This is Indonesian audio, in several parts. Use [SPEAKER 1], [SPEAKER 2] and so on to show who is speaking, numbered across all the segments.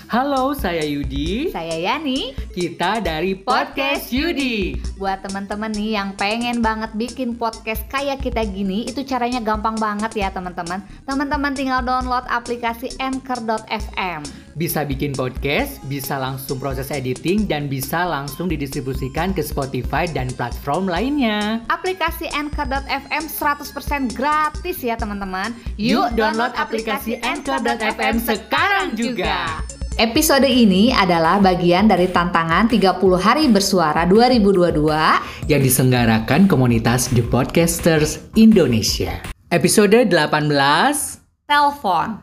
[SPEAKER 1] Halo, saya Yudi.
[SPEAKER 2] Saya Yani.
[SPEAKER 1] Kita dari Podcast Yudi.
[SPEAKER 2] Buat teman-teman nih yang pengen banget bikin podcast kayak kita gini, itu caranya gampang banget ya teman-teman. Teman-teman tinggal download aplikasi Anchor.fm.
[SPEAKER 1] Bisa bikin podcast, bisa langsung proses editing, dan bisa langsung didistribusikan ke Spotify dan platform lainnya.
[SPEAKER 2] Aplikasi Anchor.fm 100% gratis ya teman-teman.
[SPEAKER 1] Yuk download aplikasi Anchor.fm sekarang juga.
[SPEAKER 2] Episode ini adalah bagian dari tantangan 30 hari bersuara 2022
[SPEAKER 1] yang diselenggarakan komunitas The Podcasters Indonesia. Episode 18,
[SPEAKER 2] Telepon.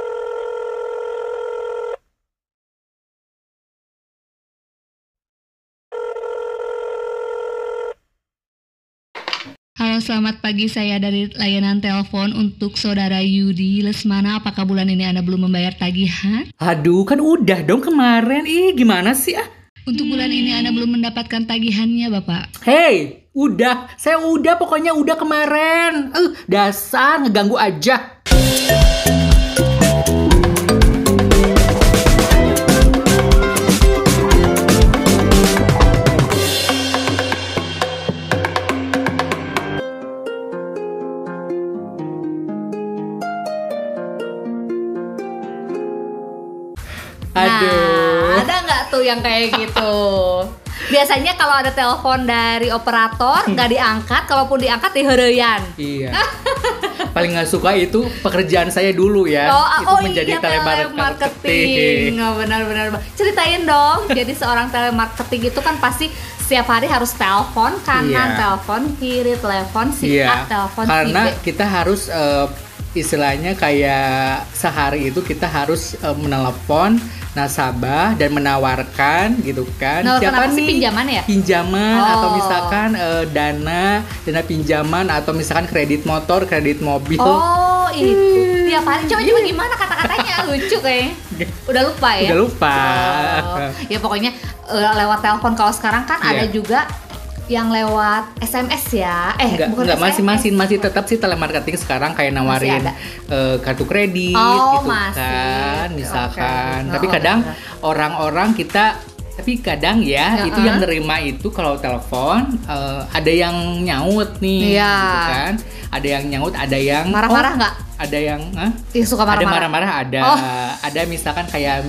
[SPEAKER 3] Halo, selamat pagi. Saya dari layanan telepon untuk saudara Yudi Lesmana. Apakah bulan ini Anda belum membayar tagihan?
[SPEAKER 1] Aduh, kan udah dong kemarin. Gimana sih?
[SPEAKER 3] Untuk bulan ini Anda belum mendapatkan tagihannya, Bapak.
[SPEAKER 1] Hey, saya udah pokoknya udah kemarin. Dasar ngeganggu aja. Aduh.
[SPEAKER 2] Nah, ada nggak tuh yang kayak gitu? Biasanya kalau ada telepon dari operator nggak diangkat, kalaupun diangkat diheureyan.
[SPEAKER 1] Iya. Paling nggak suka itu pekerjaan saya dulu ya. Itu menjadi telemarketing.
[SPEAKER 2] Benar. Ceritain dong. Jadi seorang telemarketing itu kan pasti setiap hari harus telepon kanan, telepon kiri, telepon si A, telepon si B.
[SPEAKER 1] Karena kita harus istilahnya kayak sehari itu kita harus menelepon nasabah dan menawarkan gitu kan.
[SPEAKER 2] Siapa nih? Pinjaman ya?
[SPEAKER 1] Pinjaman atau misalkan dana pinjaman atau misalkan kredit motor, kredit mobil.
[SPEAKER 2] Oh, itu. Tiap hari coba gimana kata-katanya lucu kayaknya. Udah lupa ya?
[SPEAKER 1] Udah lupa.
[SPEAKER 2] Ya pokoknya lewat telepon kalau sekarang kan ada juga yang lewat SMS ya.
[SPEAKER 1] Enggak, masih tetap sih telemarketing sekarang kayak nawarin kartu kredit gitu kan, misalkan. Tapi kadang orang-orang kadang itu yang nerima itu kalau telepon ada yang nyaut nih, gitu kan. Ada yang nyaut, ada yang
[SPEAKER 2] marah-marah nggak?
[SPEAKER 1] Ada yang
[SPEAKER 2] suka marah-marah.
[SPEAKER 1] Ada marah-marah, ada misalkan kayak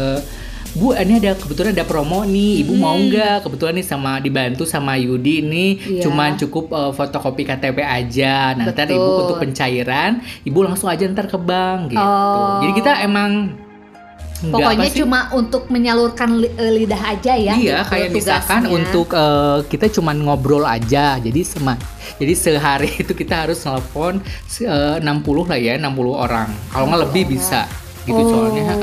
[SPEAKER 1] Bu, ini kebetulan ada promo nih, Ibu mau nggak? Kebetulan nih dibantu sama Yudi nih, cuman cukup fotokopi KTP aja. Ntar Ibu untuk pencairan, Ibu langsung aja ntar ke bank gitu. Jadi kita emang
[SPEAKER 2] pokoknya cuma untuk menyalurkan lidah aja ya.
[SPEAKER 1] Iya, gitu, kayak misalkan untuk kita cuman ngobrol aja. Jadi sehari itu kita harus telepon 60 lah ya, 60 orang. Kalau nggak lebih bisa gitu soalnya.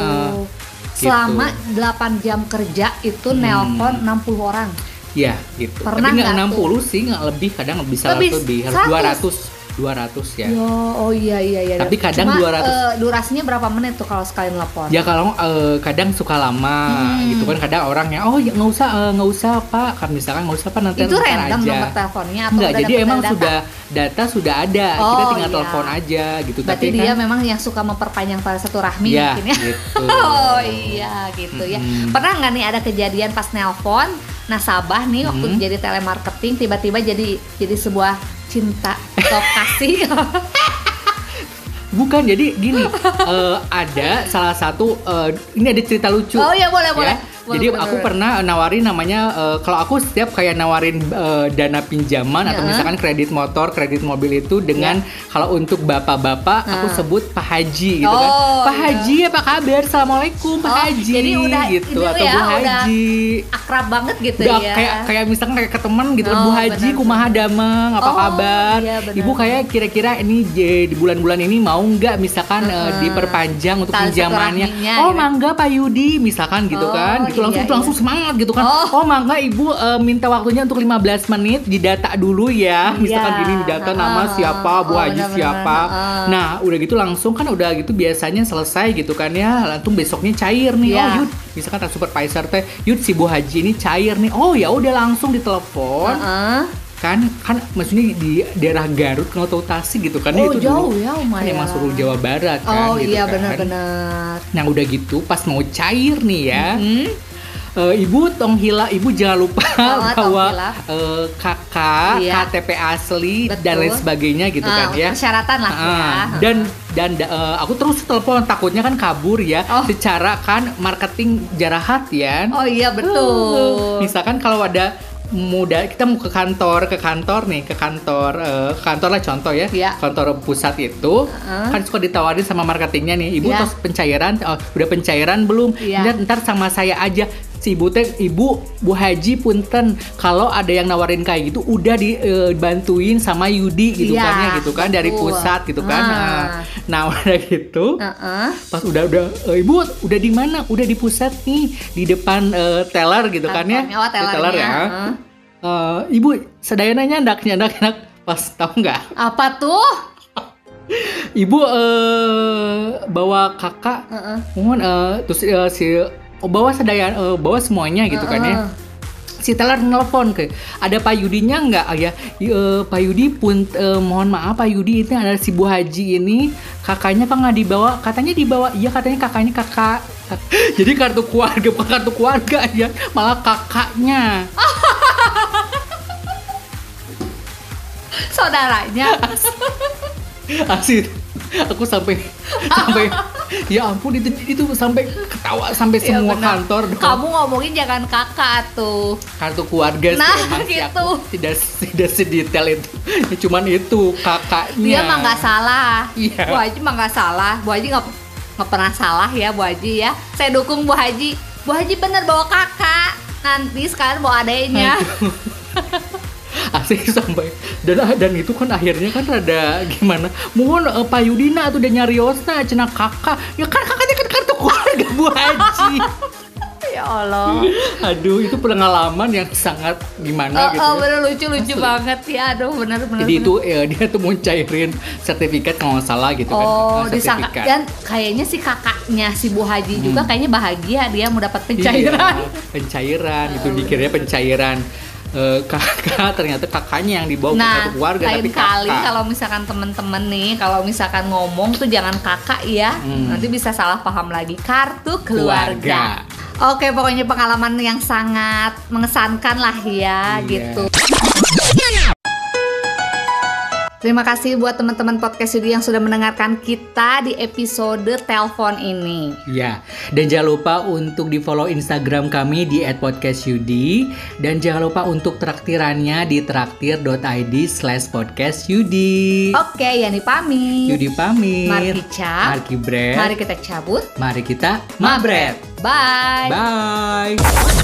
[SPEAKER 2] Selama 8 jam kerja itu nelpon 60 orang.
[SPEAKER 1] Iya, gitu.
[SPEAKER 2] Pernah
[SPEAKER 1] tapi nggak 60 sih, nggak lebih, kadang bisa lebih. Harus 200 ya.
[SPEAKER 2] Iya.
[SPEAKER 1] Tapi kadang 200.
[SPEAKER 2] Durasinya berapa menit tuh kalau sekali nelpon?
[SPEAKER 1] Ya kalau kadang suka lama gitu kan, kadang orangnya ya nggak usah Pak, kan misalkan nggak usah Pak, nanti
[SPEAKER 2] itu random
[SPEAKER 1] aja.
[SPEAKER 2] Nomor teleponnya atau
[SPEAKER 1] enggak, jadi emang
[SPEAKER 2] data
[SPEAKER 1] sudah ada, kita tinggal telepon aja gitu.
[SPEAKER 2] Berarti
[SPEAKER 1] tapi
[SPEAKER 2] dia
[SPEAKER 1] kan,
[SPEAKER 2] memang yang suka memperpanjang tali silaturahmi mungkin ya.
[SPEAKER 1] Gitu.
[SPEAKER 2] Gitu ya. Pernah nggak nih ada kejadian pas nelpon nasabah nih waktu jadi telemarketing tiba-tiba jadi sebuah cinta atau kasih?
[SPEAKER 1] Bukan, jadi gini, ada salah satu, ini ada cerita lucu.
[SPEAKER 2] Oh iya, boleh.
[SPEAKER 1] Jadi aku pernah nawarin namanya, kalau aku setiap kayak nawarin dana pinjaman atau misalkan kredit motor, kredit mobil itu dengan kalau untuk bapak-bapak aku sebut Pak Haji gitu kan. Pak Haji, apa kabar? Assalamualaikum Pak Haji.
[SPEAKER 2] Jadi udah
[SPEAKER 1] gitu atau Bu Haji.
[SPEAKER 2] Akrab banget gitu
[SPEAKER 1] udah,
[SPEAKER 2] ya.
[SPEAKER 1] Kayak misalkan kayak ke teman gitu. Bu Haji, kumaha damang, apa kabar?
[SPEAKER 2] Iya,
[SPEAKER 1] Ibu kayak kira-kira ini di bulan-bulan ini mau nggak misalkan diperpanjang untuk pinjamannya? Mangga Pak Yudi misalkan gitu kan. Itu langsung semangat gitu kan. Mangga Ibu minta waktunya untuk 15 menit didata dulu ya. Misalkan gini didata nama siapa, Bu Haji siapa. Nah, udah gitu langsung kan udah gitu biasanya selesai gitu kan ya. Langsung besoknya cair nih. Yud, misalkan supervisor teh, Yud si Bu Haji ini cair nih. Ya udah langsung ditelepon. kan maksudnya di daerah Garut kalau tahu Tasik gitu kan.
[SPEAKER 2] Oh
[SPEAKER 1] itu
[SPEAKER 2] jauh
[SPEAKER 1] dulu,
[SPEAKER 2] ya lumayan.
[SPEAKER 1] kan emang suruh Jawa Barat kan.
[SPEAKER 2] Oh
[SPEAKER 1] gitu
[SPEAKER 2] iya
[SPEAKER 1] kan.
[SPEAKER 2] benar-benar.
[SPEAKER 1] Nah udah gitu pas mau cair nih ya, Ibu Ibu jangan lupa bawa kakak,
[SPEAKER 2] iya.
[SPEAKER 1] KTP asli. Betul. Dan lain sebagainya gitu kan ya.
[SPEAKER 2] Persyaratan lah ya.
[SPEAKER 1] Dan aku terus telepon takutnya kan kabur ya. Secara kan marketing jarahat ya.
[SPEAKER 2] Oh iya betul.
[SPEAKER 1] Misalkan kalau ada kita mau ke kantor lah contoh ya, kantor pusat itu kan suka ditawarin sama marketingnya nih, ibu terus pencairan, udah pencairan belum? Ntar sama saya aja. Si ibu Bu Haji punten, kalau ada yang nawarin kayak gitu udah dibantuin sama Yudi gitu kan ya gitu kan, dari pusat gitu kan. Nah udah gitu pas udah ibu udah di mana? Udah di pusat nih, di depan teller gitu kan ya, di teller ya. Ibu sedayananya ndak pas tahu nggak?
[SPEAKER 2] Apa tuh?
[SPEAKER 1] Ibu bawa kakak, mohon terus bawa bawa semuanya gitu kan ya. Si teller nelpon ada Pak Yudinya nggak ya? Pak Yudi mohon maaf Pak Yudi, itu ada si Bu Haji ini kakaknya kok nggak dibawa? Katanya dibawa. Iya katanya kakaknya kakak. Jadi kartu keluarga bukan kartu keluarga ya, malah kakaknya.
[SPEAKER 2] Saudaranya.
[SPEAKER 1] Asli aku sampai ya ampun itu sampai ketawa sampai semua kantor.
[SPEAKER 2] Kamu ngomongin jangan kakak tuh.
[SPEAKER 1] Kartu keluarga sih gitu. Aku tidak sedetail itu. Ya, cuman itu kakaknya.
[SPEAKER 2] Dia mah nggak salah.
[SPEAKER 1] Iya.
[SPEAKER 2] Bu Haji mah nggak salah. Bu Haji nggak pernah salah ya Bu Haji ya. Saya dukung Bu Haji. Bu Haji bener bawa kakak. Nanti sekarang bawa adeknya.
[SPEAKER 1] Asik sampai dan itu kan akhirnya kan rada gimana, mohon Pak Yudina tuh udah nyariosna cenah kakak ya kan, kakaknya kan kartu keluarga Bu Haji.
[SPEAKER 2] Ya Allah,
[SPEAKER 1] aduh itu pengalaman yang sangat gimana gitu ya.
[SPEAKER 2] Bener lucu banget ya, aduh bener.
[SPEAKER 1] Jadi itu dia tuh mau cairin sertifikat kalau nggak salah gitu kan.
[SPEAKER 2] Disangka, dan kayaknya si kakaknya si Bu Haji juga kayaknya bahagia dia mau dapat pencairan.
[SPEAKER 1] Iya, pencairan itu dikiranya pencairan. Kakak ternyata kakaknya yang dibawa ke kartu keluarga, tapi kakak.
[SPEAKER 2] Lain kali kalau misalkan temen-temen nih, kalau misalkan ngomong tuh jangan kakak ya, nanti bisa salah paham lagi, kartu keluarga. Oke, pokoknya pengalaman yang sangat mengesankan lah ya, gitu. Terima kasih buat teman-teman podcast Yudi yang sudah mendengarkan kita di episode telepon ini.
[SPEAKER 1] Ya, dan jangan lupa untuk di follow Instagram kami di @podcastyudi, dan jangan lupa untuk traktirannya di traktir.id/podcastyudi.
[SPEAKER 2] Oke, Yani pamit.
[SPEAKER 1] Yudi pamit.
[SPEAKER 2] Marki
[SPEAKER 1] Bret.
[SPEAKER 2] Mari kita cabut.
[SPEAKER 1] Mari kita mabret.
[SPEAKER 2] Bye.
[SPEAKER 1] Bye.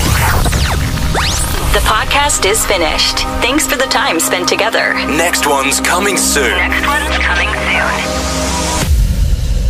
[SPEAKER 4] The podcast is finished. Thanks for the time spent together.
[SPEAKER 5] Next one's coming soon.
[SPEAKER 4] Next one's coming soon.